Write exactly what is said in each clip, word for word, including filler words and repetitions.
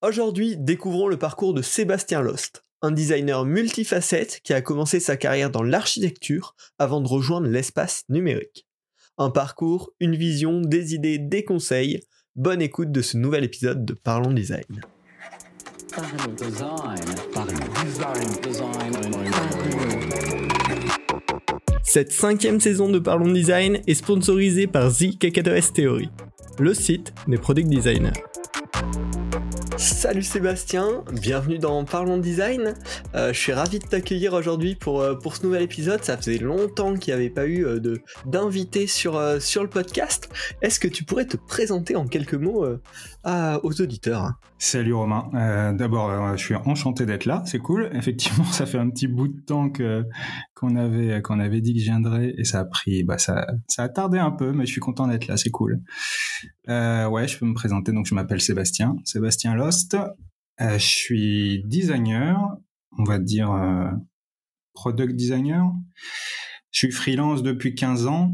Aujourd'hui, découvrons le parcours de Sébastien Lost, un designer multifacette qui a commencé sa carrière dans l'architecture avant de rejoindre l'espace numérique. Un parcours, une vision, des idées, des conseils. Bonne écoute de ce nouvel épisode de Parlons Design. Parlons design. Parlons design. Design. Cette cinquième saison de Parlons Design est sponsorisée par The K K deux S Theory, le site des product designers. Salut Sébastien, bienvenue dans Parlons Design. Euh, je suis ravi de t'accueillir aujourd'hui pour, euh, pour ce nouvel épisode. Ça faisait longtemps qu'il n'y avait pas eu euh, de, d'invité sur, euh, sur le podcast. Est-ce que tu pourrais te présenter en quelques mots euh, à, aux auditeurs ? Salut Romain, euh, d'abord euh, je suis enchanté d'être là, c'est cool. Effectivement, ça fait un petit bout de temps que, qu'on, avait, qu'on avait dit que je viendrais et ça a pris, bah ça, ça a tardé un peu, mais je suis content d'être là, c'est cool. Euh, ouais, je peux me présenter, donc je m'appelle Sébastien, Sébastien Lost. Euh, je suis designer, on va dire euh, product designer. Je suis freelance depuis quinze ans.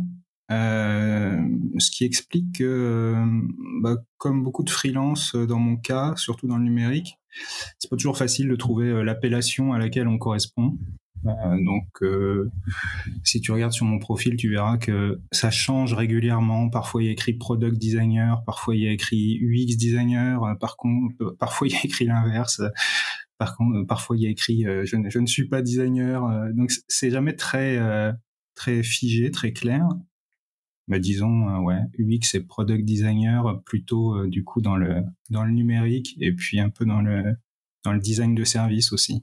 Euh, ce qui explique que, euh, bah, comme beaucoup de freelance euh, dans mon cas, surtout dans le numérique, c'est pas toujours facile de trouver euh, l'appellation à laquelle on correspond. Euh, donc, euh, si tu regardes sur mon profil, tu verras que ça change régulièrement. Parfois, il y a écrit product designer, parfois il y a écrit U X designer, euh, par contre, euh, parfois il y a écrit l'inverse. Par contre, euh, parfois il y a écrit euh, je, ne, je ne suis pas designer. Euh, donc, c'est jamais très euh, très figé, très clair. Bah, disons, euh, ouais, U X et product designer, plutôt euh, du coup dans le dans le numérique et puis un peu dans le dans le design de service aussi.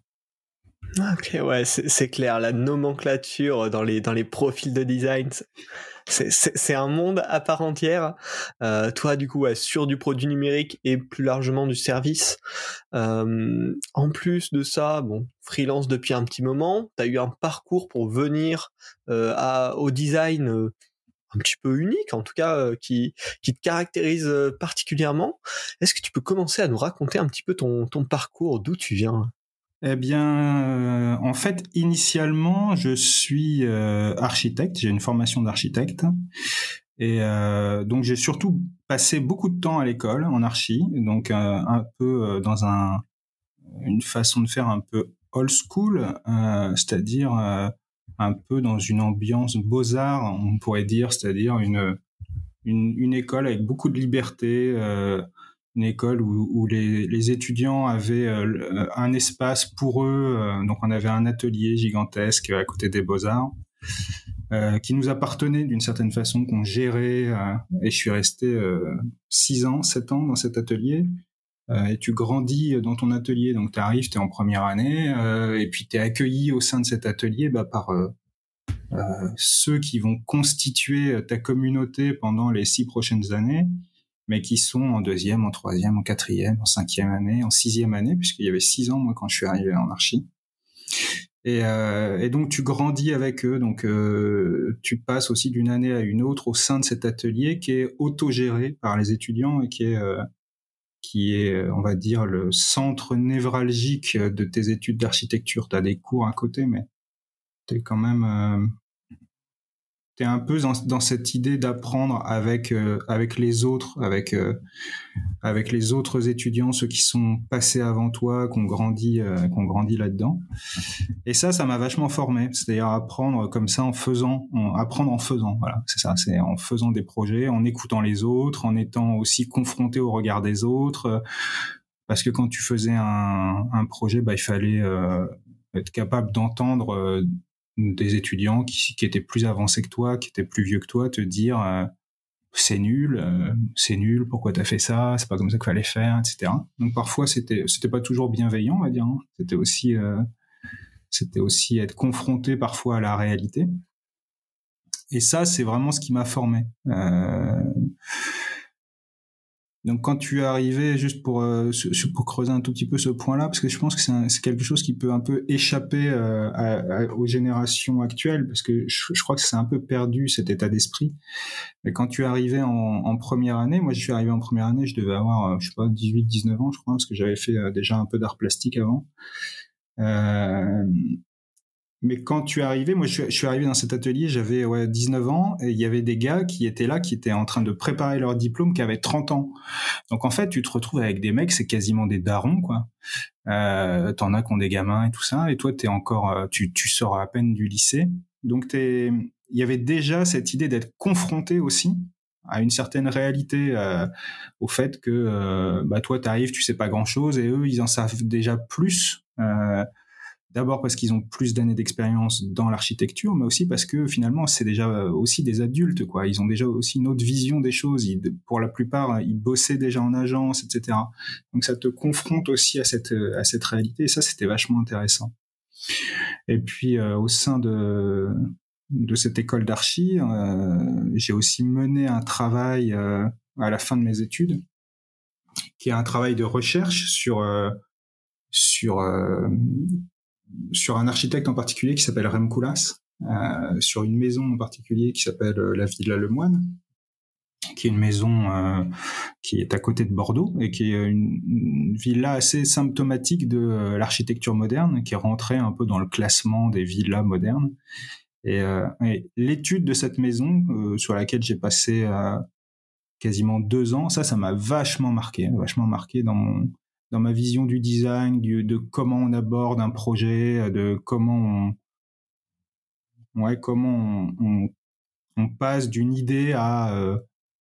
Ok, ouais, c'est, c'est clair. La nomenclature dans les dans les profils de design, c'est c'est, c'est un monde à part entière. Euh, toi, du coup, ouais, sur du produit numérique et plus largement du service. Euh, en plus de ça, bon, freelance depuis un petit moment. T'as eu un parcours pour venir euh, à, au design. Euh, un petit peu unique, en tout cas, euh, qui, qui te caractérise euh, particulièrement. Est-ce que tu peux commencer à nous raconter un petit peu ton, ton parcours, d'où tu viens ? Eh bien, euh, en fait, initialement, je suis euh, architecte, j'ai une formation d'architecte, et euh, donc j'ai surtout passé beaucoup de temps à l'école en archi, donc euh, un peu euh, dans un, une façon de faire un peu old school, euh, c'est-à-dire euh, un peu dans une ambiance beaux-arts, on pourrait dire, c'est-à-dire une, une, une école avec beaucoup de liberté, euh, une école où, où les, les étudiants avaient euh, un espace pour eux, euh, donc on avait un atelier gigantesque à côté des Beaux-Arts, euh, qui nous appartenait d'une certaine façon, qu'on gérait, euh, et je suis resté euh, six ans, sept ans dans cet atelier. Euh, et tu grandis dans ton atelier, donc tu arrives, tu es en première année, euh, et puis tu es accueilli au sein de cet atelier bah, par euh, euh, ceux qui vont constituer ta communauté pendant les six prochaines années, mais qui sont en deuxième, en troisième, en quatrième, en cinquième année, en sixième année, puisqu'il y avait six ans moi quand je suis arrivé en archi. Et, euh, et donc tu grandis avec eux, donc euh, tu passes aussi d'une année à une autre au sein de cet atelier qui est autogéré par les étudiants et qui est euh, qui est, on va dire, le centre névralgique de tes études d'architecture. Tu as des cours à côté, mais t'es quand même, euh, t'es un peu dans, dans cette idée d'apprendre avec euh, avec les autres, avec euh, avec les autres étudiants, ceux qui sont passés avant toi, qu'on grandit, euh, qu'on grandit là-dedans. Et ça, ça m'a vachement formé. C'est-à-dire apprendre comme ça en faisant, en, apprendre en faisant. Voilà, c'est ça. C'est en faisant des projets, en écoutant les autres, en étant aussi confronté au regard des autres. Parce que quand tu faisais un, un projet, bah, il fallait euh, être capable d'entendre euh, des étudiants qui, qui étaient plus avancés que toi, qui étaient plus vieux que toi, te dire euh, c'est nul, euh, c'est nul, pourquoi t'as fait ça, c'est pas comme ça qu'il fallait faire, et cetera. Donc parfois c'était c'était pas toujours bienveillant, on va dire. Hein. C'était aussi euh, c'était aussi être confronté parfois à la réalité. Et ça, c'est vraiment ce qui m'a formé. Euh... Donc quand tu es arrivé, juste pour euh, pour creuser un tout petit peu ce point-là, parce que je pense que c'est, un, c'est quelque chose qui peut un peu échapper euh, à, à, aux générations actuelles, parce que je, je crois que c'est un peu perdu cet état d'esprit. Mais quand tu es arrivé en, en première année, moi je suis arrivé en première année, je devais avoir, euh, je sais pas, dix-huit dix-neuf ans, je crois, parce que j'avais fait euh, déjà un peu d'art plastique avant. Euh, mais quand tu es arrivé, moi je suis, je suis arrivé dans cet atelier, j'avais ouais, dix-neuf ans, et il y avait des gars qui étaient là, qui étaient en train de préparer leur diplôme, qui avaient trente ans. Donc en fait, tu te retrouves avec des mecs, c'est quasiment des darons, quoi. Euh, t'en as qui ont des gamins et tout ça, et toi t'es encore, tu, tu sors à peine du lycée. Donc t'es, il y avait déjà cette idée d'être confronté aussi à une certaine réalité, euh, au fait que euh, bah toi t'arrives, tu sais pas grand chose, et eux ils en savent déjà plus. Euh, D'abord parce qu'ils ont plus d'années d'expérience dans l'architecture, mais aussi parce que finalement c'est déjà aussi des adultes, quoi. Ils ont déjà aussi une autre vision des choses. Ils, pour la plupart, ils bossaient déjà en agence, et cetera. Donc ça te confronte aussi à cette à cette réalité. Et ça, c'était vachement intéressant. Et puis euh, au sein de de cette école d'archi, euh, j'ai aussi mené un travail euh, à la fin de mes études, qui est un travail de recherche sur euh, sur euh, sur un architecte en particulier qui s'appelle Rem Koolhaas, euh, sur une maison en particulier qui s'appelle euh, la Villa Lemoine, qui est une maison euh, qui est à côté de Bordeaux et qui est une, une villa assez symptomatique de euh, l'architecture moderne, qui est rentrée un peu dans le classement des villas modernes. Et, euh, et l'étude de cette maison, euh, sur laquelle j'ai passé euh, quasiment deux ans, ça, ça m'a vachement marqué, vachement marqué dans mon dans ma vision du design, du, de comment on aborde un projet, de comment on, ouais, comment on, on, on passe d'une idée à, euh,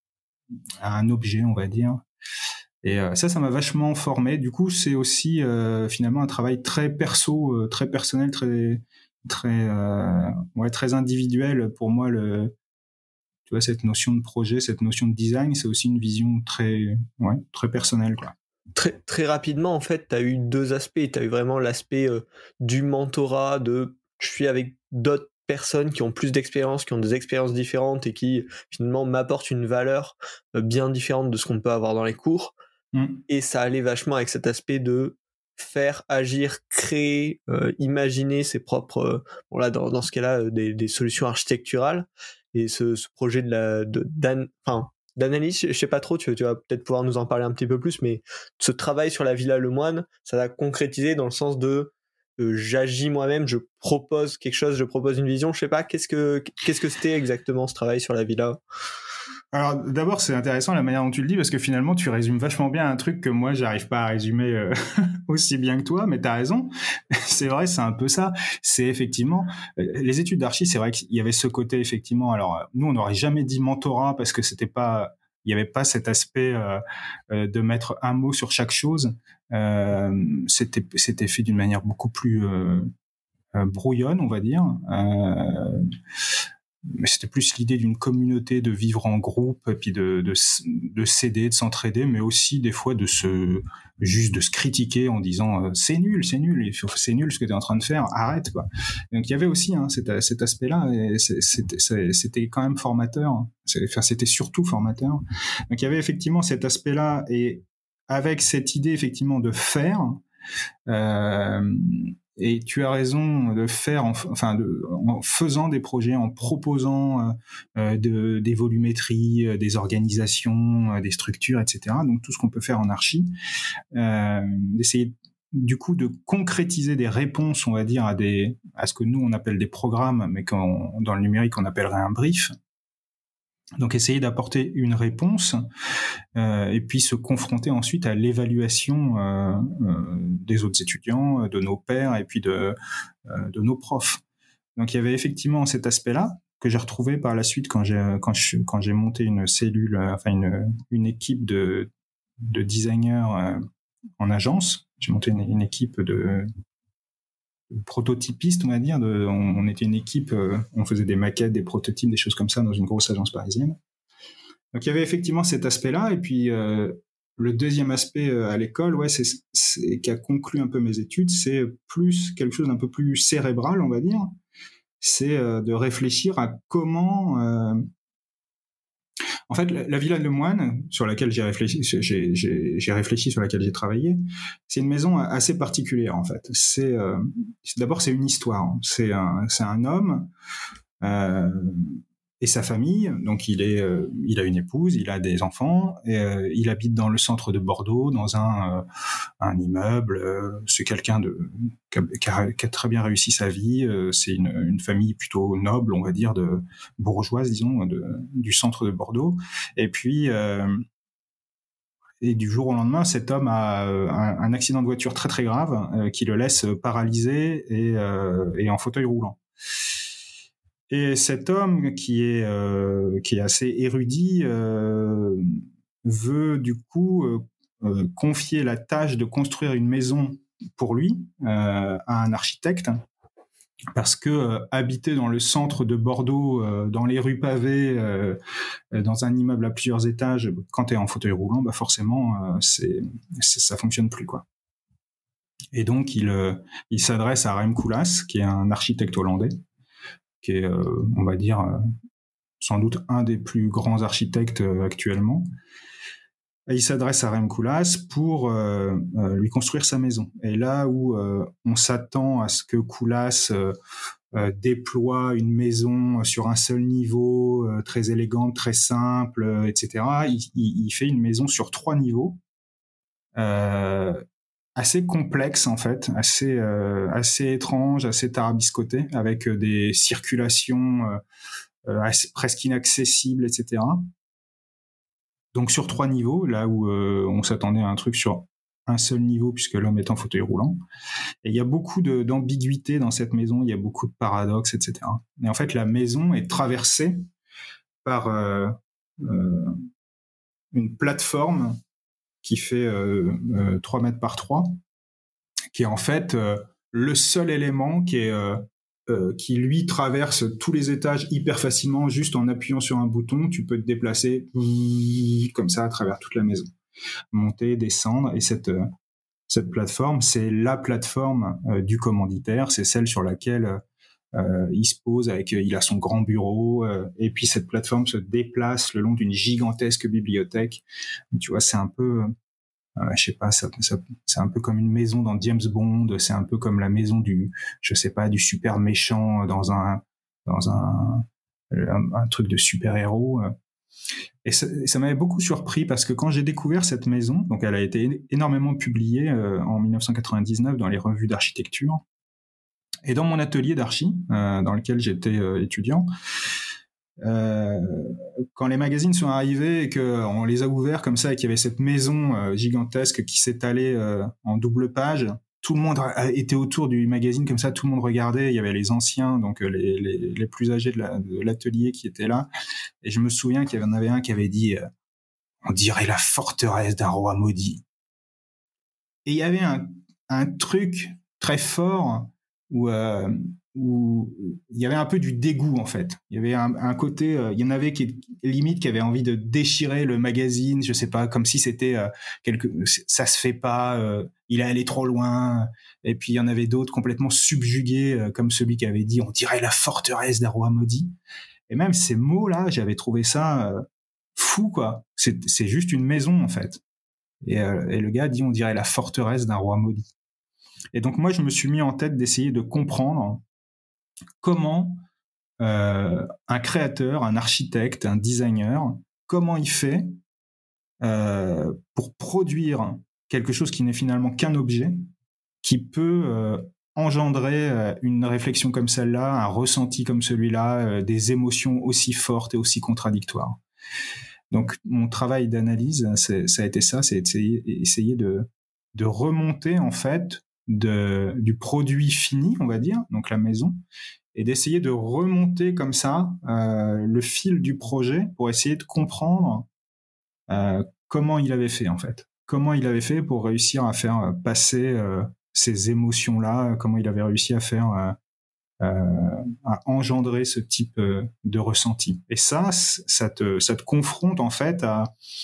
à un objet, on va dire. Et euh, ça, ça m'a vachement formé. Du coup, c'est aussi euh, finalement un travail très perso, euh, très personnel, très, très, euh, ouais, très individuel. Pour moi, le, tu vois, cette notion de projet, cette notion de design, c'est aussi une vision très, ouais, très personnelle, quoi. Très, très rapidement, en fait, tu as eu deux aspects. Tu as eu vraiment l'aspect euh, du mentorat, de je suis avec d'autres personnes qui ont plus d'expérience, qui ont des expériences différentes et qui finalement m'apportent une valeur euh, bien différente de ce qu'on peut avoir dans les cours. Mm. Et ça allait vachement avec cet aspect de faire, agir, créer, euh, imaginer ses propres, euh, bon là, dans, dans ce cas-là, euh, des, des solutions architecturales. Et ce, ce projet de la, de, d'an, enfin, d'analyse, je sais pas trop, tu, tu vas peut-être pouvoir nous en parler un petit peu plus, mais ce travail sur la Villa Lemoine, ça va concrétiser dans le sens de euh, j'agis moi-même, je propose quelque chose, je propose une vision, je sais pas, qu'est-ce que qu'est-ce que c'était exactement ce travail sur la Villa ? Alors d'abord, c'est intéressant la manière dont tu le dis, parce que finalement tu résumes vachement bien un truc que moi j'arrive pas à résumer euh, aussi bien que toi, mais t'as raison. C'est vrai, c'est un peu ça. C'est effectivement les études d'archi, c'est vrai qu'il y avait ce côté effectivement. Alors nous, on n'aurait jamais dit mentorat parce que c'était pas, il y avait pas cet aspect euh, euh, de mettre un mot sur chaque chose. Euh, c'était c'était fait d'une manière beaucoup plus euh, euh, brouillonne, on va dire. Euh, mais c'était plus l'idée d'une communauté, de vivre en groupe, et puis de, de, de s'aider, de s'entraider, mais aussi des fois de se, juste de se critiquer en disant euh, c'est nul, c'est nul, c'est nul ce que tu es en train de faire, arrête, quoi. Donc il y avait aussi hein, cet, cet aspect-là, et c'était, c'était quand même formateur, enfin, c'était surtout formateur. Donc il y avait effectivement cet aspect-là, et avec cette idée effectivement de faire, euh, et tu as raison de faire, en, enfin, de, en faisant des projets, en proposant euh, de, des volumétries, euh, des organisations, euh, des structures, et cetera. Donc tout ce qu'on peut faire en archi, euh, d'essayer du coup de concrétiser des réponses, on va dire, à des, à ce que nous on appelle des programmes, mais quand dans le numérique on appellerait un brief. Donc essayer d'apporter une réponse euh, et puis se confronter ensuite à l'évaluation euh, euh, des autres étudiants, de nos pairs et puis de, euh, de nos profs. Donc il y avait effectivement cet aspect-là que j'ai retrouvé par la suite quand j'ai quand je quand j'ai monté une cellule, enfin une une équipe de de designers euh, en agence. J'ai monté une, une équipe de prototypiste, on va dire. De, on, on était une équipe, euh, on faisait des maquettes, des prototypes, des choses comme ça dans une grosse agence parisienne. Donc il y avait effectivement cet aspect-là, et puis euh, le deuxième aspect euh, à l'école, ouais, c'est, c'est qui a conclu un peu mes études, c'est plus quelque chose d'un peu plus cérébral, on va dire. C'est euh, de réfléchir à comment. Euh, En fait, la, la Villa Lemoine, sur laquelle j'ai réfléchi, j'ai, j'ai, j'ai réfléchi, sur laquelle j'ai travaillé, c'est une maison assez particulière en fait. C'est, euh, c'est d'abord c'est une histoire. C'est un, c'est un homme. Euh, et sa famille. Donc il est, euh, il a une épouse, il a des enfants, et, euh, il habite dans le centre de Bordeaux, dans un, euh, un immeuble. Euh, c'est quelqu'un de qui a, qui a très bien réussi sa vie. Euh, c'est une, une famille plutôt noble, on va dire, de bourgeoise, disons, de, du centre de Bordeaux. Et puis euh, et du jour au lendemain, cet homme a un, un accident de voiture très très grave euh, qui le laisse paralysé et, euh, et en fauteuil roulant. Et cet homme qui est euh, qui est assez érudit euh, veut du coup euh, euh, confier la tâche de construire une maison pour lui euh, à un architecte. Parce que euh, habiter dans le centre de Bordeaux, euh, dans les rues pavées, euh, dans un immeuble à plusieurs étages, quand tu es en fauteuil roulant, bah forcément, euh, c'est, c'est, ça fonctionne plus, quoi. Et donc, il, euh, il s'adresse à Rem Koolhaas, qui est un architecte hollandais, qui est, euh, on va dire, euh, sans doute un des plus grands architectes euh, actuellement. Et il s'adresse à Rem Koolhaas pour euh, euh, lui construire sa maison. Et là où euh, on s'attend à ce que Koolhaas euh, euh, déploie une maison sur un seul niveau, euh, très élégante, très simple, euh, et cetera, il, il, il fait une maison sur trois niveaux, euh, assez complexe en fait, assez, euh, assez étrange, assez tarabiscoté, avec des circulations euh, assez, presque inaccessibles, et cetera. Donc sur trois niveaux, là où euh, on s'attendait à un truc sur un seul niveau puisque l'homme est en fauteuil roulant. Et il y a beaucoup de, d'ambiguïté dans cette maison, il y a beaucoup de paradoxes, et cetera. Et en fait, la maison est traversée par euh, euh, une plateforme qui fait euh, euh, trois mètres par trois, qui est en fait euh, le seul élément qui est euh, Euh, qui lui traverse tous les étages hyper facilement, juste en appuyant sur un bouton, tu peux te déplacer comme ça à travers toute la maison, monter, descendre. Et cette euh, cette plateforme, c'est la plateforme euh, du commanditaire, c'est celle sur laquelle euh, il se pose avec, il a son grand bureau, euh, et puis cette plateforme se déplace le long d'une gigantesque bibliothèque. Tu vois, c'est un peu Euh, je sais pas, ça, ça, c'est un peu comme une maison dans James Bond, c'est un peu comme la maison du, je sais pas, du super méchant dans un, dans un, un, un truc de super héros. Et ça, ça m'avait beaucoup surpris parce que quand j'ai découvert cette maison, donc elle a été énormément publiée euh, en dix-neuf cent quatre-vingt-dix-neuf dans les revues d'architecture. Et dans mon atelier d'archi, euh, dans lequel j'étais euh, étudiant, Euh, quand les magazines sont arrivés et qu'on les a ouverts comme ça et qu'il y avait cette maison euh, gigantesque qui s'étalait euh, en double page, tout le monde était autour du magazine comme ça, tout le monde regardait, il y avait les anciens, donc les, les, les plus âgés de, la, de l'atelier qui étaient là, et je me souviens qu'il y en avait un qui avait dit euh, on dirait la forteresse d'un roi maudit. Et il y avait un, un truc très fort où euh, où il y avait un peu du dégoût en fait. Il y avait un, un côté, euh, il y en avait qui limite qui avaient envie de déchirer le magazine, je sais pas, comme si c'était euh, quelque, ça se fait pas, euh, il est allé trop loin. Et puis il y en avait d'autres complètement subjugués, euh, comme celui qui avait dit, on dirait la forteresse d'un roi maudit. Et même ces mots-là, j'avais trouvé ça euh, fou quoi. C'est, c'est juste une maison en fait. Et, euh, et le gars dit, on dirait la forteresse d'un roi maudit. Et donc moi, je me suis mis en tête d'essayer de comprendre comment euh, un créateur, un architecte, un designer, comment il fait euh, pour produire quelque chose qui n'est finalement qu'un objet, qui peut euh, engendrer euh, une réflexion comme celle-là, un ressenti comme celui-là, euh, des émotions aussi fortes et aussi contradictoires. Donc mon travail d'analyse, c'est, ça a été ça, c'est essayer, essayer de, de remonter en fait de, du produit fini, on va dire, donc la maison, et d'essayer de remonter comme ça euh, le fil du projet pour essayer de comprendre euh, comment il avait fait en fait, comment il avait fait pour réussir à faire passer euh, ces émotions-là, comment il avait réussi à faire euh, euh, à engendrer ce type euh, de ressenti. Et ça, ça te, ça te confronte en fait à,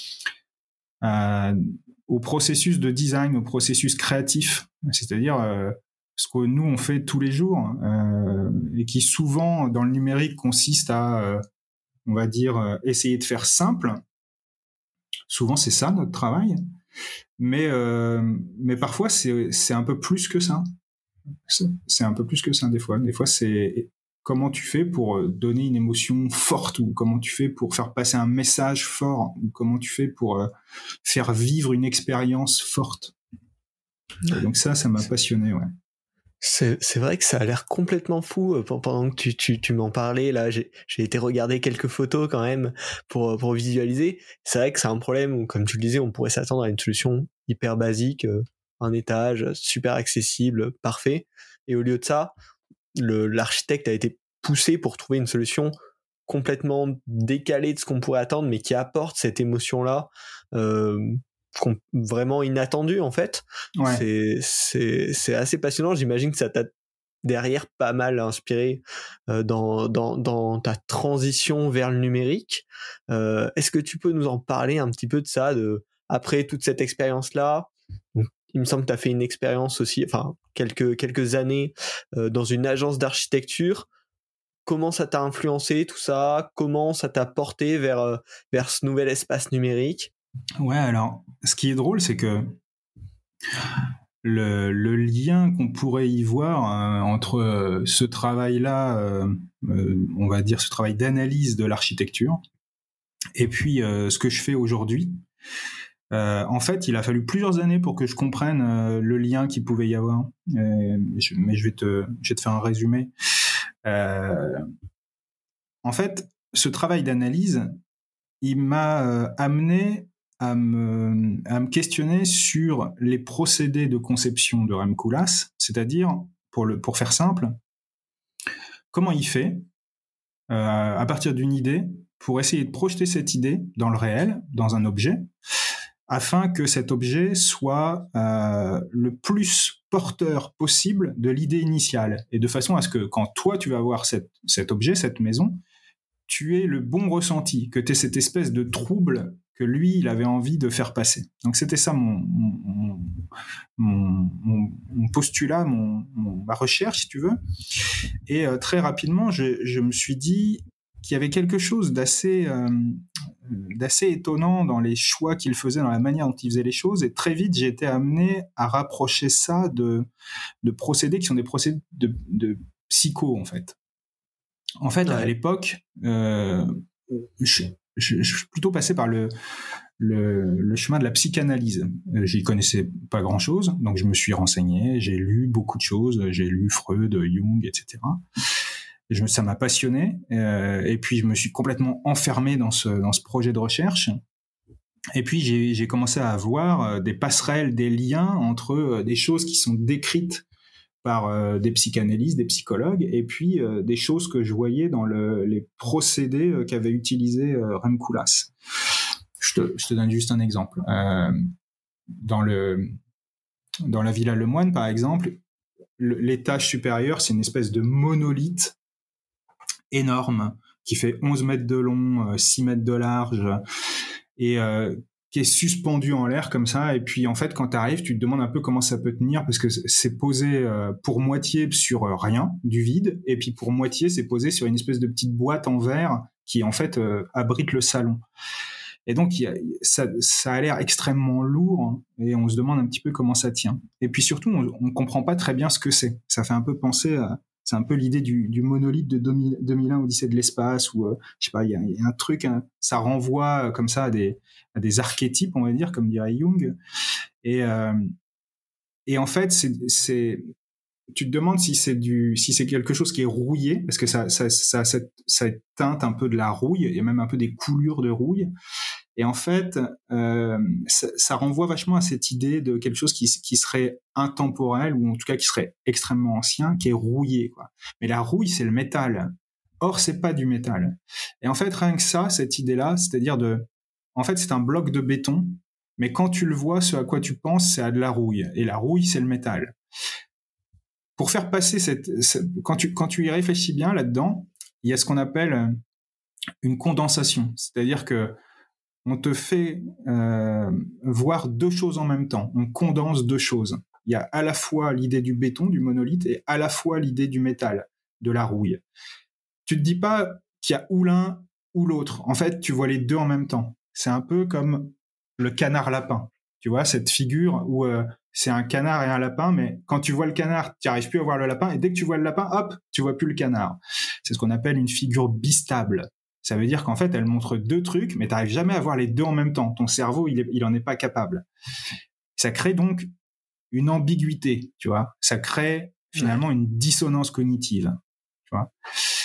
à au processus de design, au processus créatif, c'est-à-dire euh, ce que nous on fait tous les jours euh, et qui souvent dans le numérique consiste à, euh, on va dire, euh, essayer de faire simple. Souvent c'est ça notre travail, mais euh, mais parfois c'est c'est un peu plus que ça. C'est, c'est un peu plus que ça des fois. Des fois c'est comment tu fais pour donner une émotion forte, ou comment tu fais pour faire passer un message fort, ou comment tu fais pour euh, faire vivre une expérience forte. Et donc ça, ça m'a passionné, ouais. C'est, c'est vrai que ça a l'air complètement fou. euh, Pendant que tu, tu, tu m'en parlais, là, j'ai, j'ai été regarder quelques photos quand même pour, pour visualiser. C'est vrai que c'est un problème où, comme tu le disais, on pourrait s'attendre à une solution hyper basique, euh, un étage, super accessible, parfait. Et au lieu de ça, le, l'architecte a été poussé pour trouver une solution complètement décalée de ce qu'on pourrait attendre, mais qui apporte cette émotion-là, euh, vraiment inattendue en fait. Ouais. C'est, c'est, c'est assez passionnant. J'imagine que ça t'a derrière pas mal inspiré euh, dans, dans, dans ta transition vers le numérique. Euh, est-ce que tu peux nous en parler un petit peu de ça, de, après toute cette expérience-là? Il me semble que tu as fait une expérience aussi, enfin quelques, quelques années euh, dans une agence d'architecture. Comment ça t'a influencé tout ça? Comment ça t'a porté vers, euh, vers ce nouvel espace numérique? Ouais, alors, ce qui est drôle, c'est que le, le lien qu'on pourrait y voir euh, entre euh, ce travail-là, euh, euh, on va dire ce travail d'analyse de l'architecture, et puis euh, ce que je fais aujourd'hui, euh, en fait, il a fallu plusieurs années pour que je comprenne euh, le lien qu'il pouvait y avoir. Euh, je, mais je vais, te, je vais te faire un résumé. Euh, en fait, ce travail d'analyse, il m'a euh, amené à me, à me questionner sur les procédés de conception de Rem Koolhaas, c'est-à-dire, pour, le, pour faire simple, comment il fait, euh, à partir d'une idée, pour essayer de projeter cette idée dans le réel, dans un objet, afin que cet objet soit euh, le plus porteur possible de l'idée initiale, et de façon à ce que quand toi tu vas voir cette, cet objet, cette maison, tu aies le bon ressenti, que tu aies cette espèce de trouble que lui, il avait envie de faire passer. Donc c'était ça mon, mon, mon, mon, mon postulat, mon, mon, ma recherche, si tu veux. Et euh, très rapidement, je, je me suis dit qu'il y avait quelque chose d'assez, euh, d'assez étonnant dans les choix qu'il faisait, dans la manière dont il faisait les choses. Et très vite, j'ai été amené à rapprocher ça de, de procédés qui sont des procédés de, de psycho, en fait. En fait, ouais. À l'époque, euh, je, je, je suis plutôt passé par le, le, le chemin de la psychanalyse. Euh, j'y connaissais pas grand-chose, donc je me suis renseigné, j'ai lu beaucoup de choses, j'ai lu Freud, Jung, et cetera. Et je, ça m'a passionné, euh, et puis je me suis complètement enfermé dans ce, dans ce projet de recherche. Et puis j'ai, j'ai commencé à voir des passerelles, des liens entre des choses qui sont décrites par euh, des psychanalystes, des psychologues, et puis euh, des choses que je voyais dans le, les procédés euh, qu'avait utilisé euh, Rem Koolhaas. Je te, je te donne juste un exemple. Euh, dans, le, dans la Villa Lemoine, par exemple, le, l'étage supérieur, c'est une espèce de monolithe énorme qui fait onze mètres de long, euh, six mètres de large, et euh, qui est suspendu en l'air comme ça, et puis en fait quand tu arrives tu te demandes un peu comment ça peut tenir, parce que c'est posé euh, pour moitié sur euh, rien, du vide, et puis pour moitié c'est posé sur une espèce de petite boîte en verre qui en fait euh, abrite le salon. Et donc y a, ça, ça a l'air extrêmement lourd, hein, et on se demande un petit peu comment ça tient. Et puis surtout on, on comprend pas très bien ce que c'est. Ça fait un peu penser à, c'est un peu l'idée du, du monolithe de deux mille, deux mille un Odyssée de l'espace, où euh, je sais pas, il y, y a un truc, hein, ça renvoie euh, comme ça à des, à des archétypes, on va dire, comme dirait Jung. Et, euh, et en fait, c'est, c'est, tu te demandes si c'est du, si c'est quelque chose qui est rouillé, parce que ça, ça, ça, ça, ça teinte un peu de la rouille, il y a même un peu des coulures de rouille. Et en fait, euh, ça, ça renvoie vachement à cette idée de quelque chose qui, qui serait intemporel, ou en tout cas qui serait extrêmement ancien, qui est rouillé, quoi. Mais la rouille, c'est le métal. Or, c'est pas du métal. Et en fait, rien que ça, cette idée-là, c'est-à-dire de, en fait, c'est un bloc de béton, mais quand tu le vois, ce à quoi tu penses, c'est à de la rouille. Et la rouille, c'est le métal. Pour faire passer cette, cette quand tu, quand tu y réfléchis bien là-dedans, il y a ce qu'on appelle une condensation. C'est-à-dire que on te fait euh, voir deux choses en même temps. On condense deux choses. Il y a à la fois l'idée du béton, du monolithe, et à la fois l'idée du métal, de la rouille. Tu te dis pas qu'il y a ou l'un ou l'autre. En fait, tu vois les deux en même temps. C'est un peu comme le canard lapin. Tu vois, cette figure où euh, c'est un canard et un lapin, mais quand tu vois le canard, tu n'arrives plus à voir le lapin, et dès que tu vois le lapin, hop, tu vois plus le canard. C'est ce qu'on appelle une figure bistable. Ça veut dire qu'en fait, elle montre deux trucs, mais tu n'arrives jamais à voir les deux en même temps. Ton cerveau, il, est, il en est pas capable. Ça crée donc une ambiguïté, tu vois. Ça crée finalement une dissonance cognitive, tu vois.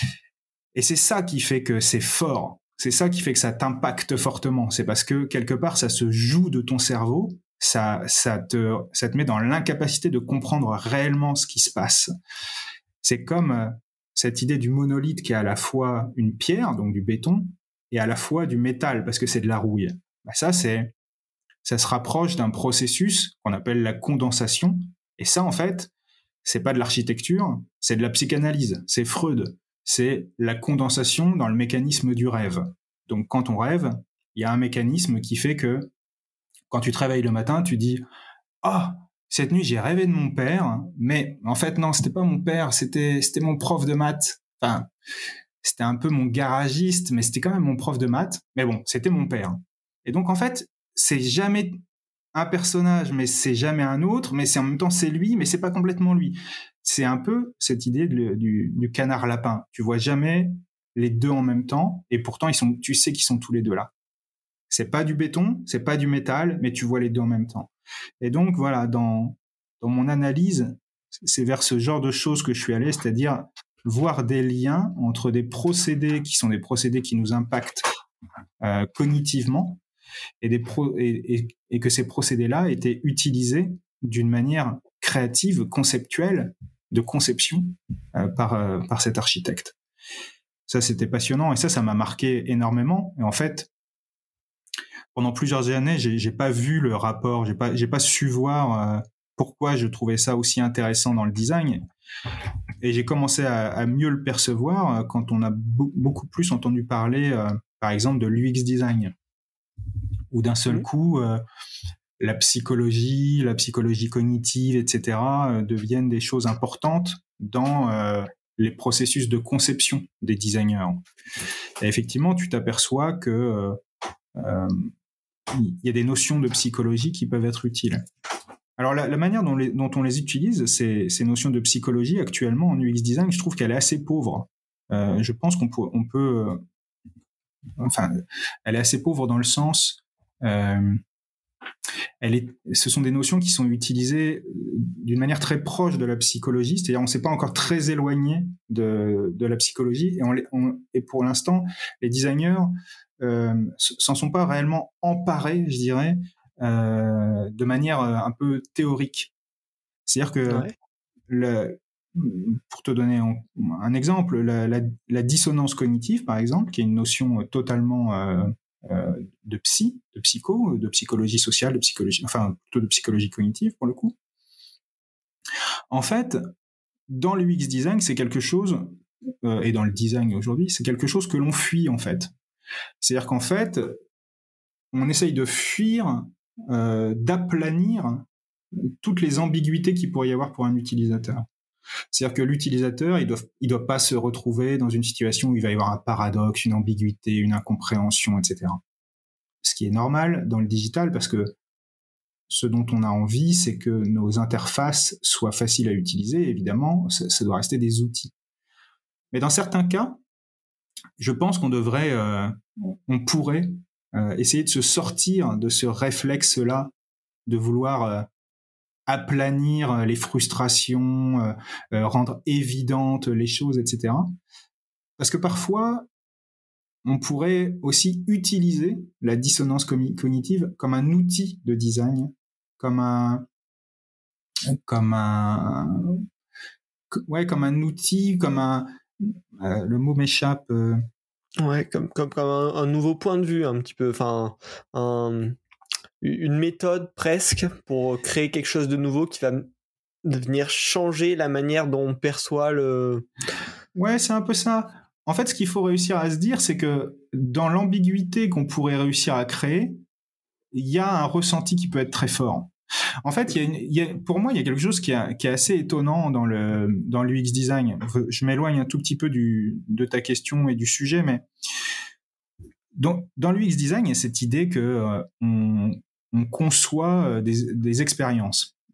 Et c'est ça qui fait que c'est fort. C'est ça qui fait que ça t'impacte fortement. C'est parce que quelque part, ça se joue de ton cerveau. Ça, ça te, ça te met dans l'incapacité de comprendre réellement ce qui se passe. C'est comme euh, cette idée du monolithe qui est à la fois une pierre, donc du béton, et à la fois du métal, parce que c'est de la rouille. Bah ça, c'est, ça se rapproche d'un processus qu'on appelle la condensation. Et ça, en fait, c'est pas de l'architecture, c'est de la psychanalyse. C'est Freud. C'est la condensation dans le mécanisme du rêve. Donc, quand on rêve, il y a un mécanisme qui fait que quand tu te réveilles le matin, tu dis « Ah, oh, cette nuit, j'ai rêvé de mon père, mais en fait, non, c'était pas mon père, c'était, c'était mon prof de maths. Enfin, c'était un peu mon garagiste, mais c'était quand même mon prof de maths. Mais bon, c'était mon père. » Et donc, en fait, c'est jamais un personnage, mais c'est jamais un autre, mais c'est en même temps, c'est lui, mais c'est pas complètement lui. C'est un peu cette idée de, du, du canard-lapin. Tu vois jamais les deux en même temps, et pourtant, ils sont, tu sais qu'ils sont tous les deux là. C'est pas du béton, c'est pas du métal, mais tu vois les deux en même temps. Et donc, voilà, dans, dans mon analyse, c'est vers ce genre de choses que je suis allé, c'est-à-dire voir des liens entre des procédés qui sont des procédés qui nous impactent euh, cognitivement, et, des pro- et, et, et que ces procédés-là étaient utilisés d'une manière créative, conceptuelle, de conception euh, par, euh, par cet architecte. Ça, c'était passionnant, et ça, ça m'a marqué énormément. Et en fait, pendant plusieurs années, j'ai, j'ai pas vu le rapport, j'ai pas, j'ai pas su voir euh, pourquoi je trouvais ça aussi intéressant dans le design. Et j'ai commencé à, à mieux le percevoir euh, quand on a be- beaucoup plus entendu parler, euh, par exemple, de l'U X design, où d'un seul mmh. coup, euh, la psychologie, la psychologie cognitive, et cetera, euh, deviennent des choses importantes dans euh, les processus de conception des designers. Et effectivement, tu t'aperçois que euh, euh, il y a des notions de psychologie qui peuvent être utiles. Alors, la, la manière dont, les, dont on les utilise, ces, ces notions de psychologie, actuellement, en U X design, je trouve qu'elle est assez pauvre. Euh, je pense qu'on peut... On peut euh, enfin, elle est assez pauvre dans le sens... Euh, elle est, ce sont des notions qui sont utilisées d'une manière très proche de la psychologie, c'est-à-dire on ne s'est pas encore très éloigné de, de la psychologie, et, on, on, et pour l'instant, les designers euh, s'en sont pas réellement emparés, je dirais, euh, de manière un peu théorique. C'est-à-dire que, ouais. le, pour te donner un, un exemple, la, la, la dissonance cognitive, par exemple, qui est une notion totalement euh, euh, de psy, de psycho, de psychologie sociale, de psychologie, enfin plutôt de psychologie cognitive pour le coup. En fait, dans l'U X design, c'est quelque chose, euh, et dans le design aujourd'hui, c'est quelque chose que l'on fuit en fait. C'est-à-dire qu'en fait, on essaye de fuir, euh, d'aplanir toutes les ambiguïtés qu'il pourrait y avoir pour un utilisateur. C'est-à-dire que l'utilisateur, il doit, il doit pas se retrouver dans une situation où il va y avoir un paradoxe, une ambiguïté, une incompréhension, et cetera. Ce qui est normal dans le digital, parce que ce dont on a envie, c'est que nos interfaces soient faciles à utiliser. Évidemment, ça, ça doit rester des outils. Mais dans certains cas, je pense qu'on devrait, euh, on pourrait euh, essayer de se sortir de ce réflexe-là, de vouloir euh, aplanir les frustrations, euh, euh, rendre évidentes les choses, et cetera. Parce que parfois, on pourrait aussi utiliser la dissonance cognitive comme un outil de design, comme un, comme un, ouais, comme un outil, comme un, euh, le mot m'échappe. Euh... Ouais, comme comme comme un, un nouveau point de vue, un petit peu, enfin, un, une méthode presque pour créer quelque chose de nouveau qui va venir changer la manière dont on perçoit le. Ouais, c'est un peu ça. En fait, ce qu'il faut réussir à se dire, c'est que dans l'ambiguïté qu'on pourrait réussir à créer, il y a un ressenti qui peut être très fort. En fait, il y a une, il y a, pour moi, il y a quelque chose qui, a, qui est assez étonnant dans le dans l'U X design. Je m'éloigne un tout petit peu du, de ta question et du sujet, mais dans, dans l'U X design, il y a cette idée que euh, on, on conçoit des, des expériences.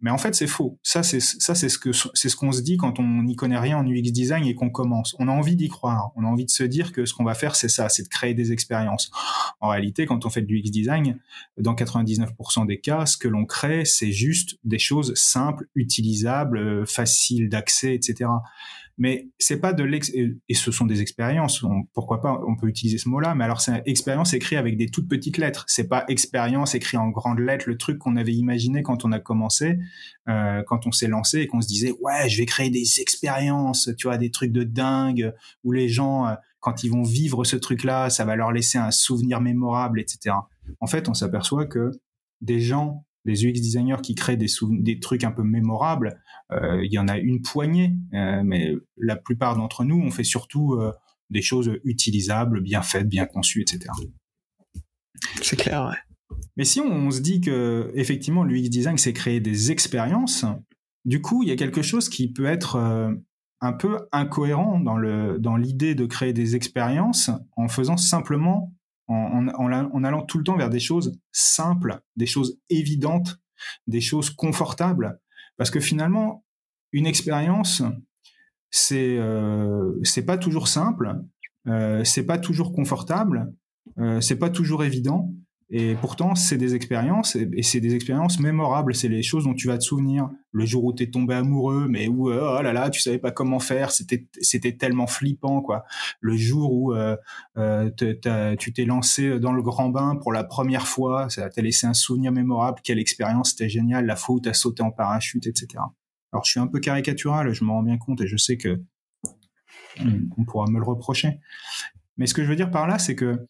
Mais en fait, c'est faux. Ça, c'est ça, c'est ce que c'est ce qu'on se dit quand on n'y connaît rien en U X design et qu'on commence. On a envie d'y croire. On a envie de se dire que ce qu'on va faire, c'est ça, c'est de créer des expériences. En réalité, quand on fait du U X design, dans quatre-vingt-dix-neuf pour cent des cas, ce que l'on crée, c'est juste des choses simples, utilisables, faciles d'accès, et cetera. Mais c'est pas de l'ex et ce sont des expériences. On, pourquoi pas, on peut utiliser ce mot-là. Mais alors, c'est expérience écrit avec des toutes petites lettres. C'est pas expérience écrit en grandes lettres. Le truc qu'on avait imaginé quand on a commencé, euh, quand on s'est lancé et qu'on se disait ouais, je vais créer des expériences, tu vois, des trucs de dingue où les gens, euh, quand ils vont vivre ce truc-là, ça va leur laisser un souvenir mémorable, et cetera. En fait, on s'aperçoit que des gens, les U X designers qui créent des, sou- des trucs un peu mémorables, euh, il y en a une poignée, euh, mais la plupart d'entre nous, on fait surtout euh, des choses utilisables, bien faites, bien conçues, et cetera. C'est clair, ouais. Mais si on, on se dit que effectivement l'U X design c'est créer des expériences, du coup il y a quelque chose qui peut être euh, un peu incohérent dans le dans l'idée de créer des expériences en faisant simplement En, en, en allant tout le temps vers des choses simples, des choses évidentes, des choses confortables. Parce que finalement, une expérience, c'est euh, c'est pas toujours simple, euh, c'est pas toujours confortable, euh, c'est pas toujours évident. Et pourtant, c'est des expériences, et, et c'est des expériences mémorables. C'est les choses dont tu vas te souvenir. Le jour où t'es tombé amoureux, mais où oh là là, tu savais pas comment faire, c'était c'était tellement flippant, quoi. Le jour où euh, euh, tu t'es lancé dans le grand bain pour la première fois, ça t'a laissé un souvenir mémorable. Quelle expérience, c'était génial. La fois où t'as sauté en parachute, et cetera. Alors, je suis un peu caricatural, je m'en rends bien compte, et je sais que on, on pourra me le reprocher. Mais ce que je veux dire par là, c'est que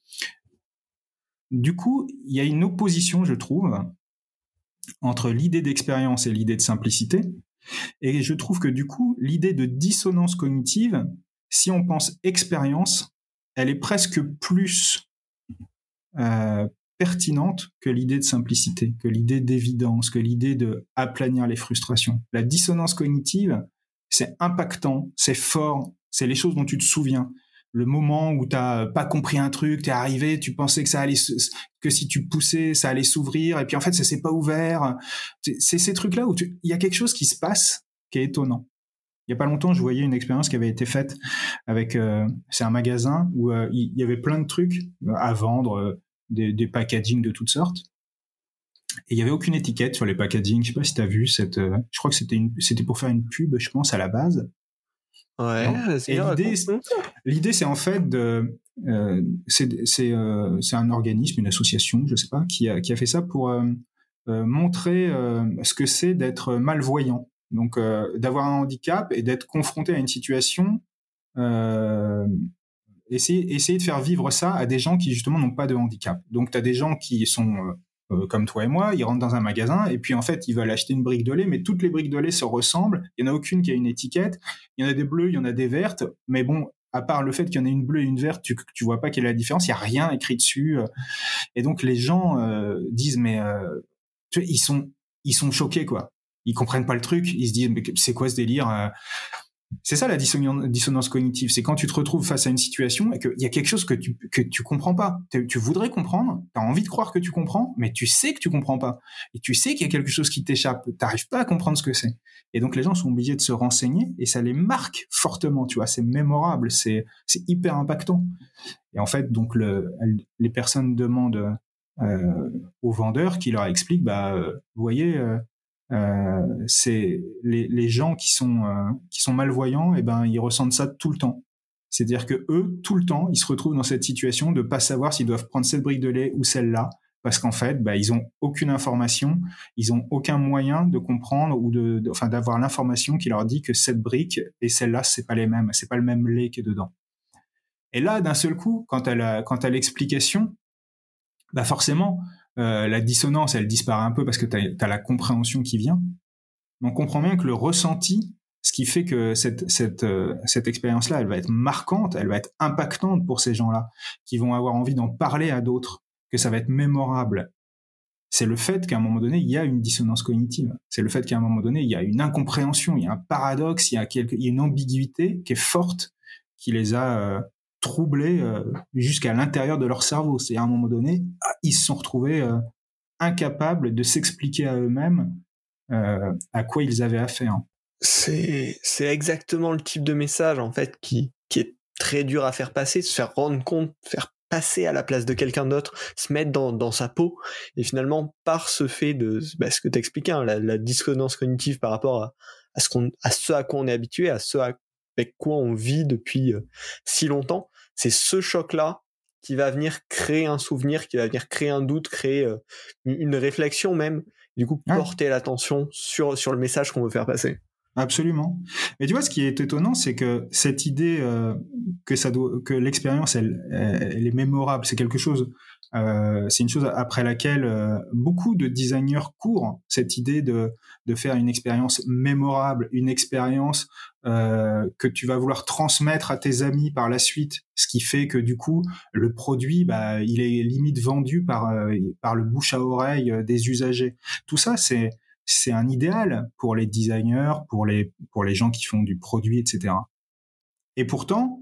du coup, il y a une opposition, je trouve, entre l'idée d'expérience et l'idée de simplicité. Et je trouve que du coup, l'idée de dissonance cognitive, si on pense expérience, elle est presque plus euh, pertinente que l'idée de simplicité, que l'idée d'évidence, que l'idée de aplanir les frustrations. La dissonance cognitive, c'est impactant, c'est fort, c'est les choses dont tu te souviens. Le moment où t'as pas compris un truc, t'es arrivé, tu pensais que ça allait, que si tu poussais, ça allait s'ouvrir, et puis en fait, ça s'est pas ouvert. C'est ces trucs-là où il y a quelque chose qui se passe qui est étonnant. Il y a pas longtemps, je voyais une expérience qui avait été faite avec, euh, c'est un magasin où euh, il y avait plein de trucs à vendre, euh, des, des packaging de toutes sortes. Et il y avait aucune étiquette sur les packaging. Je sais pas si t'as vu cette, euh, je crois que c'était une, c'était pour faire une pub, je pense, à la base. Ouais, et l'idée, l'idée, c'est en fait de, euh, c'est, c'est, euh, c'est un organisme, une association, je sais pas, qui a, qui a fait ça pour euh, euh, montrer euh, ce que c'est d'être malvoyant. Donc, euh, d'avoir un handicap et d'être confronté à une situation, euh, essayer, essayer de faire vivre ça à des gens qui justement n'ont pas de handicap. Donc, t'as des gens qui sont euh, Euh, comme toi et moi, ils rentrent dans un magasin et puis en fait ils veulent acheter une brique de lait, mais toutes les briques de lait se ressemblent. Il y en a aucune qui a une étiquette. Il y en a des bleues, il y en a des vertes, mais bon, à part le fait qu'il y en ait une bleue et une verte, tu tu vois pas quelle est la différence. Il y a rien écrit dessus. Et donc les gens euh, disent mais euh, tu vois, ils sont ils sont choqués quoi. Ils comprennent pas le truc. Ils se disent mais c'est quoi ce délire? C'est ça la dissonance cognitive, c'est quand tu te retrouves face à une situation et qu'il y a quelque chose que tu que tu comprends pas. Tu voudrais comprendre, tu as envie de croire que tu comprends, mais tu sais que tu comprends pas. Et tu sais qu'il y a quelque chose qui t'échappe, t'arrives pas à comprendre ce que c'est. Et donc les gens sont obligés de se renseigner et ça les marque fortement, tu vois, c'est mémorable, c'est c'est hyper impactant. Et en fait, donc le les personnes demandent euh, aux vendeurs qui leur expliquent bah euh, vous voyez euh, Euh, c'est les, les gens qui sont euh, qui sont malvoyants, et eh ben ils ressentent ça tout le temps. C'est-à-dire que eux, tout le temps, ils se retrouvent dans cette situation de pas savoir s'ils doivent prendre cette brique de lait ou celle-là, parce qu'en fait, bah, ils ont aucune information, ils ont aucun moyen de comprendre ou de, de enfin d'avoir l'information qui leur dit que cette brique et celle-là, c'est pas les mêmes, c'est pas le même lait qui est dedans. Et là, d'un seul coup, quand à la quand à l'explication, bah forcément. Euh, la dissonance, elle disparaît un peu parce que tu as la compréhension qui vient. Mais on comprend bien que le ressenti, ce qui fait que cette, cette, euh, cette expérience-là, elle va être marquante, elle va être impactante pour ces gens-là, qui vont avoir envie d'en parler à d'autres, que ça va être mémorable. C'est le fait qu'à un moment donné, il y a une dissonance cognitive. C'est le fait qu'à un moment donné, il y a une incompréhension, il y a un paradoxe, il y a, quelque, il y a une ambiguïté qui est forte, qui les a... Euh, troublés euh, jusqu'à l'intérieur de leur cerveau. C'est à un moment donné, ils se sont retrouvés euh, incapables de s'expliquer à eux-mêmes euh, à quoi ils avaient affaire. C'est, c'est exactement le type de message, en fait, qui, qui est très dur à faire passer, se faire rendre compte, faire passer à la place de quelqu'un d'autre, se mettre dans, dans sa peau, et finalement, par ce fait de, bah, ce que t'expliquais, hein, la, la dissonance cognitive par rapport à, à, ce qu'on, à ce à quoi on est habitué, à ce à, avec quoi on vit depuis euh, si longtemps, c'est ce choc-là qui va venir créer un souvenir, qui va venir créer un doute, créer euh, une, une réflexion même, du coup, Ouais. porter l'attention sur, sur le message qu'on veut faire passer. Absolument. Mais tu vois, ce qui est étonnant, c'est que cette idée euh, que ça doit, que l'expérience, elle, elle est mémorable, c'est quelque chose, euh, c'est une chose après laquelle euh, beaucoup de designers courent. Cette idée de de faire une expérience mémorable, une expérience euh, que tu vas vouloir transmettre à tes amis par la suite, ce qui fait que du coup, le produit, bah, il est limite vendu par euh, par le bouche à oreille des usagers. Tout ça, c'est c'est un idéal pour les designers, pour les pour les gens qui font du produit, et cetera. Et pourtant,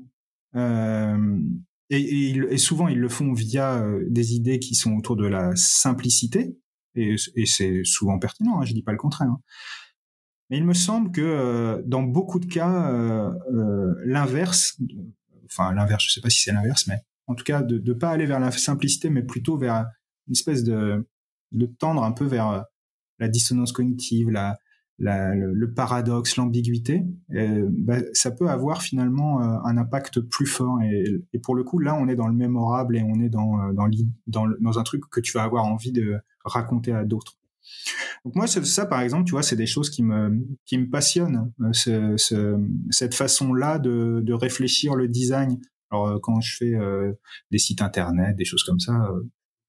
euh, et, et, et souvent ils le font via euh, des idées qui sont autour de la simplicité, et, et c'est souvent pertinent. Hein, je dis pas le contraire. Hein. Mais il me semble que euh, dans beaucoup de cas, euh, euh, l'inverse, enfin l'inverse, je sais pas si c'est l'inverse, mais en tout cas de de pas aller vers la simplicité, mais plutôt vers une espèce de de tendre un peu vers la dissonance cognitive, la, la, le, le paradoxe, l'ambiguïté, euh, bah, ça peut avoir finalement euh, un impact plus fort. Et, et pour le coup, là, on est dans le mémorable et on est dans, dans, dans, dans un truc que tu vas avoir envie de raconter à d'autres. Donc moi, ça, par exemple, tu vois, c'est des choses qui me, qui me passionnent, ce, ce, cette façon-là de, de réfléchir le design. Alors, quand je fais euh, des sites internet, des choses comme ça, euh,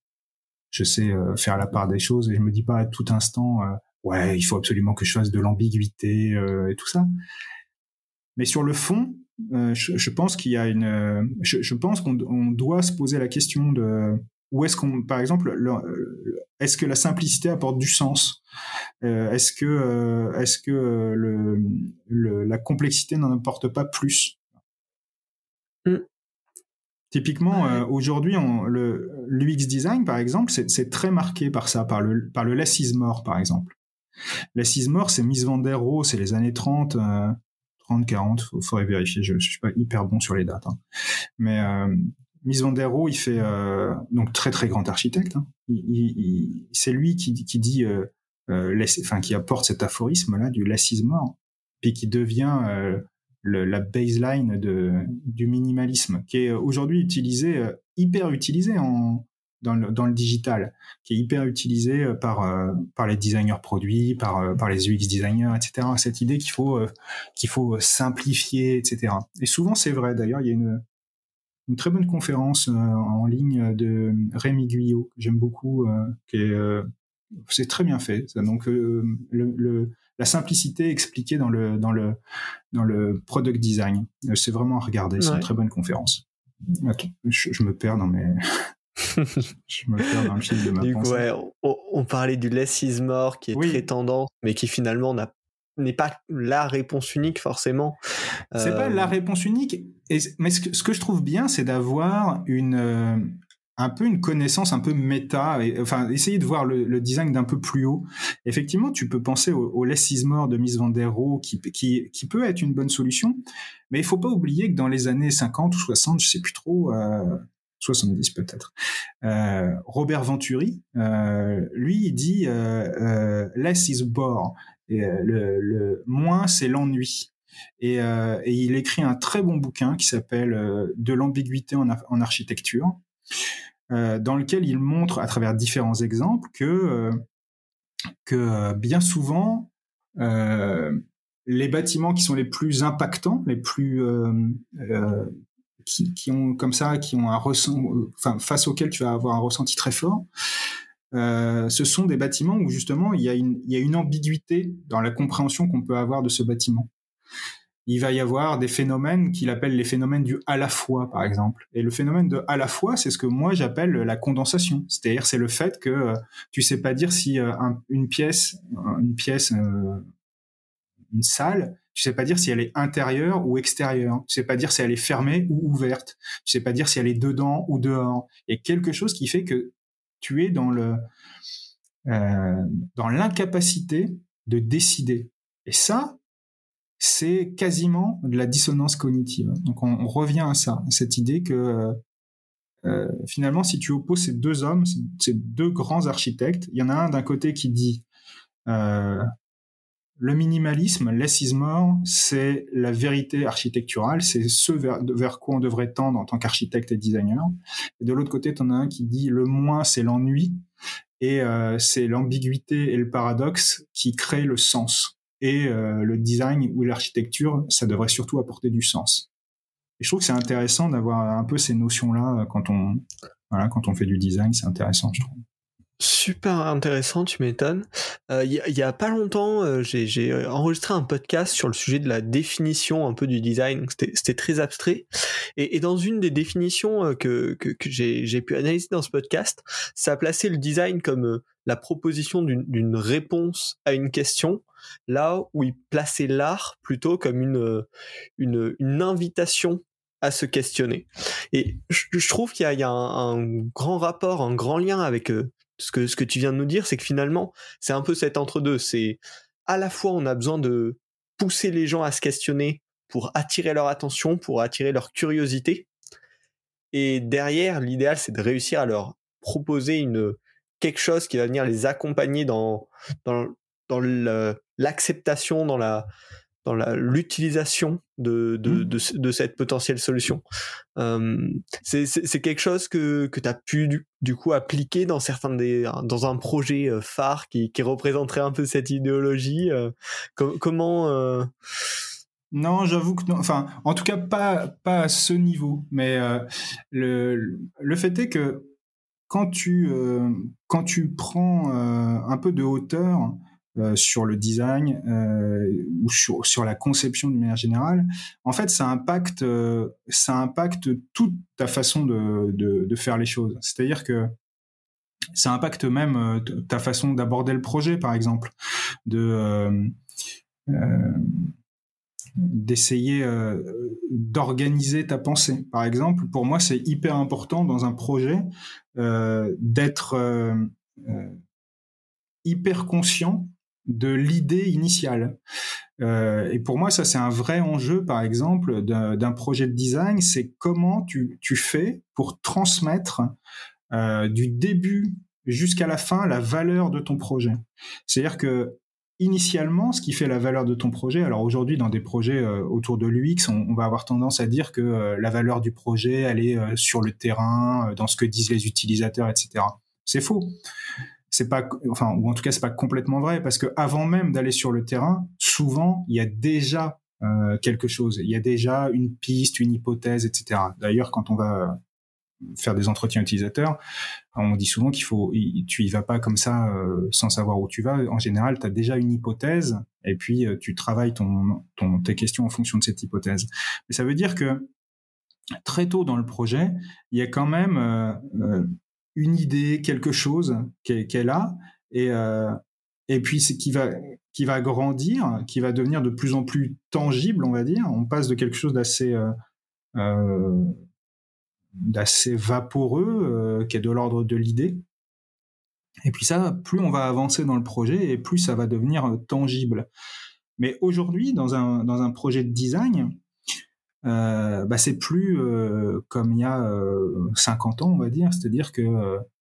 je sais euh, faire la part des choses et je me dis pas à tout instant euh, ouais, il faut absolument que je fasse de l'ambiguïté euh, et tout ça. Mais sur le fond, euh, je, je pense qu'il y a une euh, je, je pense qu'on on doit se poser la question de où est-ce qu'on, par exemple, le, est-ce que la simplicité apporte du sens, euh, est-ce que euh, est-ce que le, le la complexité n'en apporte pas plus? Mm. Typiquement, euh, aujourd'hui, on, le l'U X design, par exemple, c'est, c'est très marqué par ça, par le, par le less is more, par exemple. Less is more, c'est Mies van der Rohe, c'est les années trente, euh, trente, quarante, il faudrait vérifier, je, je suis pas hyper bon sur les dates. Hein. Mais euh, Mies van der Rohe, il fait, euh, donc très très grand architecte, hein. il, il, il, c'est lui qui, qui dit, euh, euh, less, enfin, qui apporte cet aphorisme-là du less is more, puis qui devient... Euh, Le, la baseline de, du minimalisme, qui est aujourd'hui utilisé, euh, hyper utilisé en, dans, le, dans le digital, qui est hyper utilisé par, euh, par les designers produits, par, euh, par les U X designers, et cetera. Cette idée qu'il faut, euh, qu'il faut simplifier, et cetera. Et souvent, c'est vrai. D'ailleurs, il y a une, une très bonne conférence euh, en ligne de Rémi Guyot, que j'aime beaucoup, euh, qui est, euh, c'est très bien fait. Donc, euh, le, le la simplicité expliquée dans le dans le dans le product design, c'est vraiment à regarder. Ouais. C'est une très bonne conférence. Attends, je, je me perds dans mes je me perds dans le fil de ma du pensée. coup, ouais, on, on parlait du less is more qui est oui. très tendance, mais qui finalement n'a n'est pas la réponse unique forcément. C'est euh... pas la réponse unique. Et, mais ce que, ce que je trouve bien, c'est d'avoir une euh, un peu une connaissance un peu méta, et, enfin essayer de voir le, le design d'un peu plus haut. Effectivement, tu peux penser au, au less is more de Mies van der Rohe qui, qui, qui peut être une bonne solution, mais il faut pas oublier que dans les années cinquante ou soixante, je sais plus trop, euh, soixante-dix peut-être, euh, Robert Venturi, euh, lui, il dit euh, euh, less is bore, et, euh, le, le moins c'est l'ennui. Et, euh, et il écrit un très bon bouquin qui s'appelle euh, De l'ambiguïté en, en architecture, euh, dans lequel il montre à travers différents exemples que, euh, que euh, bien souvent, euh, les bâtiments qui sont les plus impactants, les plus euh, euh, qui, qui ont comme ça, qui ont un ressenti, enfin face auxquels tu vas avoir un ressenti très fort, euh, ce sont des bâtiments où justement il y a une, il y a une ambiguïté dans la compréhension qu'on peut avoir de ce bâtiment. Il va y avoir des phénomènes qu'il appelle les phénomènes du à la fois, par exemple. Et le phénomène de à la fois, c'est ce que moi j'appelle la condensation. C'est-à-dire, c'est le fait que euh, tu sais pas dire si euh, un, une pièce, une pièce, euh, une salle, tu sais pas dire si elle est intérieure ou extérieure. Tu sais pas dire si elle est fermée ou ouverte. Tu sais pas dire si elle est dedans ou dehors. Il y a quelque chose qui fait que tu es dans le, euh, dans l'incapacité de décider. Et ça, c'est quasiment de la dissonance cognitive. Donc on, on revient à ça, cette idée que euh, euh, finalement, si tu opposes ces deux hommes, ces deux grands architectes, il y en a un d'un côté qui dit euh, le minimalisme, less is more, c'est la vérité architecturale, c'est ce vers, vers quoi on devrait tendre en tant qu'architecte et designer. Et de l'autre côté, tu en as un qui dit le moins, c'est l'ennui, et euh, c'est l'ambiguïté et le paradoxe qui créent le sens. Et euh, le design ou l'architecture, ça devrait surtout apporter du sens. Et je trouve que c'est intéressant d'avoir un peu ces notions-là quand on, voilà, quand on fait du design, c'est intéressant, je trouve. Super intéressant, tu m'étonnes. Il euh, y, y a pas longtemps, euh, j'ai, j'ai enregistré un podcast sur le sujet de la définition un peu du design. Donc c'était, c'était très abstrait. Et, et dans une des définitions euh, que, que, que j'ai, j'ai pu analyser dans ce podcast, ça a placé le design comme euh, la proposition d'une, d'une réponse à une question, là où il plaçait l'art plutôt comme une, une, une invitation à se questionner. Et je, je trouve qu'il y a, il y a un, un grand rapport, un grand lien avec euh, ce que, ce que tu viens de nous dire, c'est que finalement, c'est un peu cet entre-deux. C'est à la fois, on a besoin de pousser les gens à se questionner pour attirer leur attention, pour attirer leur curiosité. Et derrière, l'idéal, c'est de réussir à leur proposer une, quelque chose qui va venir les accompagner dans, dans, dans le, l'acceptation, dans la, dans la, l'utilisation de, de, mmh. de, de, de cette potentielle solution. Euh, c'est, c'est, c'est quelque chose que, que tu as pu du, du coup appliquer dans certains des, dans un projet phare qui, qui représenterait un peu cette idéologie. Euh, com- comment euh... Non, j'avoue que non. Enfin, en tout cas, pas, pas à ce niveau. Mais euh, le, le fait est que quand tu, euh, quand tu prends euh, un peu de hauteur Euh, sur le design euh, ou sur, sur la conception d'une manière générale, en fait, ça impacte, euh, ça impacte toute ta façon de, de, de faire les choses. C'est-à-dire que ça impacte même euh, ta façon d'aborder le projet, par exemple, de euh, euh, d'essayer euh, d'organiser ta pensée. Par exemple, pour moi, c'est hyper important dans un projet euh, d'être euh, euh, hyper conscient de l'idée initiale. Euh, et pour moi, ça, c'est un vrai enjeu, par exemple, d'un, d'un projet de design, c'est comment tu, tu fais pour transmettre euh, du début jusqu'à la fin la valeur de ton projet. C'est-à-dire que initialement, ce qui fait la valeur de ton projet, alors aujourd'hui, dans des projets euh, autour de l'U X, on, on va avoir tendance à dire que euh, la valeur du projet, elle est euh, sur le terrain, euh, dans ce que disent les utilisateurs, et cetera. C'est faux. C'est pas, enfin, ou en tout cas, c'est pas complètement vrai, parce que avant même d'aller sur le terrain, souvent, il y a déjà euh, quelque chose. Il y a déjà une piste, une hypothèse, et cetera. D'ailleurs, quand on va faire des entretiens utilisateurs, on dit souvent qu'il faut, tu y vas pas comme ça euh, sans savoir où tu vas. En général, tu as déjà une hypothèse, et puis euh, tu travailles ton, ton, tes questions en fonction de cette hypothèse. Mais ça veut dire que très tôt dans le projet, il y a quand même euh, euh, une idée, quelque chose qu'elle, qu'elle a, et, euh, et puis c'est qui va, qui va grandir, qui va devenir de plus en plus tangible, on va dire. On passe de quelque chose d'assez, euh, euh, d'assez vaporeux, euh, qui est de l'ordre de l'idée. Et puis ça, plus on va avancer dans le projet, et plus ça va devenir euh, tangible. Mais aujourd'hui, dans un, dans un projet de design, Euh, bah c'est plus euh, comme il y a euh, cinquante ans, on va dire, c'est-à-dire que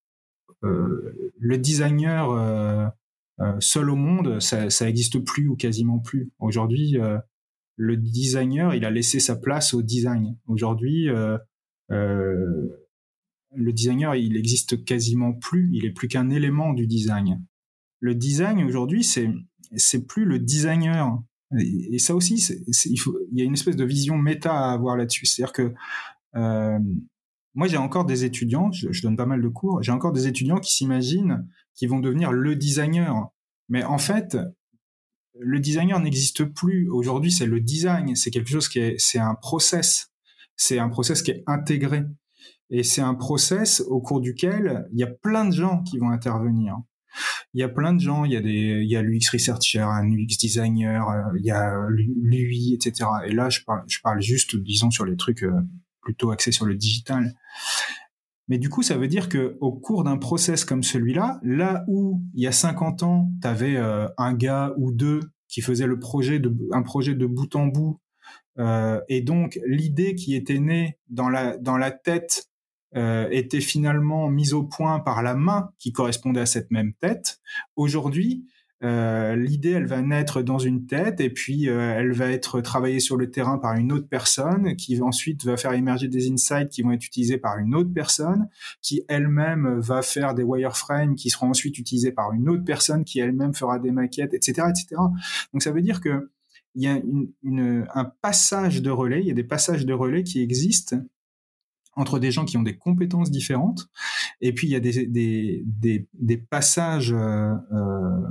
euh, le designer euh, euh, seul au monde, ça, ça existe plus ou quasiment plus. Aujourd'hui, euh, le designer, il a laissé sa place au design. Aujourd'hui, euh, euh, le designer, il existe quasiment plus, il est plus qu'un élément du design. Le design aujourd'hui, c'est c'est plus le designer. Et ça aussi, c'est, c'est, il, faut, il y a une espèce de vision méta à avoir là-dessus. C'est-à-dire que euh, moi, j'ai encore des étudiants, je, je donne pas mal de cours, j'ai encore des étudiants qui s'imaginent qu'ils vont devenir le designer. Mais en fait, le designer n'existe plus. Aujourd'hui, c'est le design. C'est quelque chose qui est, c'est un process. C'est un process qui est intégré. Et c'est un process au cours duquel il y a plein de gens qui vont intervenir. Il y a plein de gens, il y a des, il y a l'U X researcher, un U X designer, euh, il y a l'U I, et cetera. Et là, je parle, je parle juste, disons, sur les trucs euh, plutôt axés sur le digital. Mais du coup, ça veut dire qu'au cours d'un process comme celui-là, là où il y a cinquante ans, tu avais euh, un gars ou deux qui faisait le projet de, un projet de bout en bout, euh, et donc l'idée qui était née dans la, dans la tête euh, était finalement mise au point par la main qui correspondait à cette même tête. Aujourd'hui, Euh, l'idée, elle va naître dans une tête et puis euh, elle va être travaillée sur le terrain par une autre personne qui ensuite va faire émerger des insights qui vont être utilisés par une autre personne qui elle-même va faire des wireframes qui seront ensuite utilisés par une autre personne qui elle-même fera des maquettes, et cetera, et cetera. Donc ça veut dire que il y a une, une, un passage de relais, il y a des passages de relais qui existent entre des gens qui ont des compétences différentes et puis il y a des, des, des, des passages euh, euh,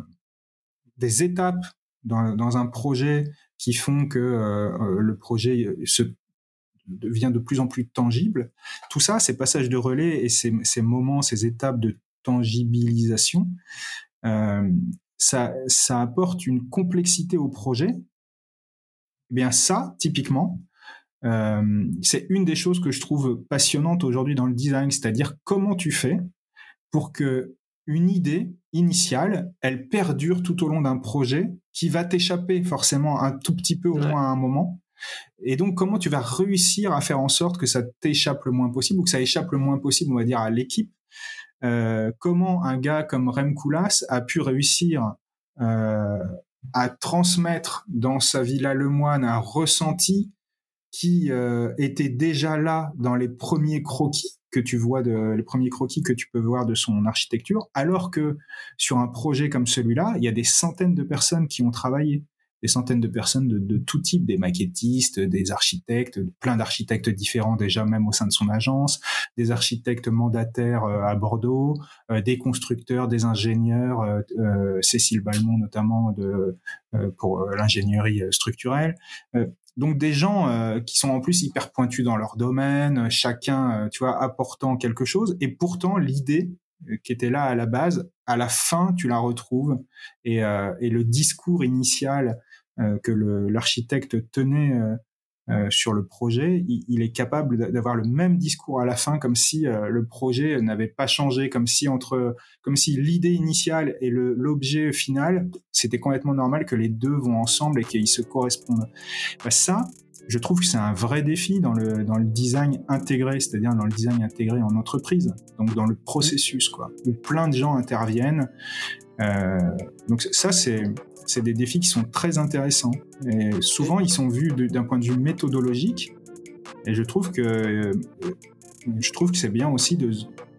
des étapes dans, dans un projet qui font que euh, le projet se devient de plus en plus tangible. Tout ça, ces passages de relais et ces, ces moments, ces étapes de tangibilisation, euh, ça, ça apporte une complexité au projet. Eh bien ça, typiquement, euh, c'est une des choses que je trouve passionnantes aujourd'hui dans le design, c'est-à-dire comment tu fais pour que une idée initiale, elle perdure tout au long d'un projet qui va t'échapper forcément un tout petit peu au ouais. moins à un moment. Et donc, comment tu vas réussir à faire en sorte que ça t'échappe le moins possible ou que ça échappe le moins possible, on va dire, à l'équipe. Euh, comment un gars comme Rem Koolhaas a pu réussir euh, à transmettre dans sa Villa Lemoine un ressenti qui euh, était déjà là dans les premiers croquis que tu vois de, les premiers croquis que tu peux voir de son architecture, alors que sur un projet comme celui-là, il y a des centaines de personnes qui ont travaillé, des centaines de personnes de, de tout type, des maquettistes, des architectes, plein d'architectes différents déjà même au sein de son agence, des architectes mandataires euh, à Bordeaux, euh, des constructeurs, des ingénieurs, euh, euh, Cécile Balmont notamment de, euh, pour euh, l'ingénierie structurelle. Euh, Donc des gens euh, qui sont en plus hyper pointus dans leur domaine, chacun, euh, tu vois, apportant quelque chose. Et pourtant, l'idée euh, qui était là à la base, à la fin, tu la retrouves. Et, euh, et le discours initial euh, que le, l'architecte tenait euh, euh, sur le projet, il, il est capable d'avoir le même discours à la fin, comme si euh, le projet n'avait pas changé, comme si entre, comme si l'idée initiale et le, l'objet final, c'était complètement normal que les deux vont ensemble et qu'ils se correspondent. Ben ça, je trouve que c'est un vrai défi dans le dans le design intégré, c'est-à-dire dans le design intégré en entreprise, donc dans le processus, quoi, où plein de gens interviennent. Euh, donc ça, c'est c'est des défis qui sont très intéressants. Et souvent, ils sont vus de, d'un point de vue méthodologique. Et je trouve que euh, je trouve que c'est bien aussi de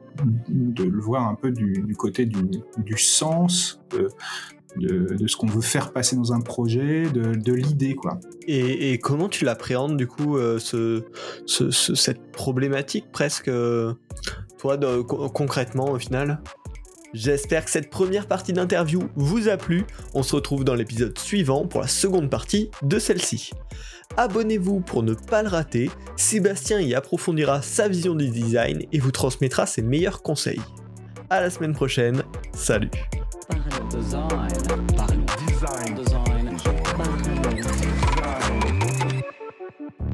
de le voir un peu du, du côté du, du sens, de, de, de ce qu'on veut faire passer dans un projet, de, de l'idée, quoi. Et, et comment tu l'appréhendes, du coup, euh, ce, ce, ce, cette problématique presque, euh, toi, de, co- concrètement, au final ? J'espère que cette première partie d'interview vous a plu. On se retrouve dans l'épisode suivant pour la seconde partie de celle-ci. Abonnez-vous pour ne pas le rater. Sébastien y approfondira sa vision du design et vous transmettra ses meilleurs conseils. À la semaine prochaine. Salut. Design. Design. Design. Design.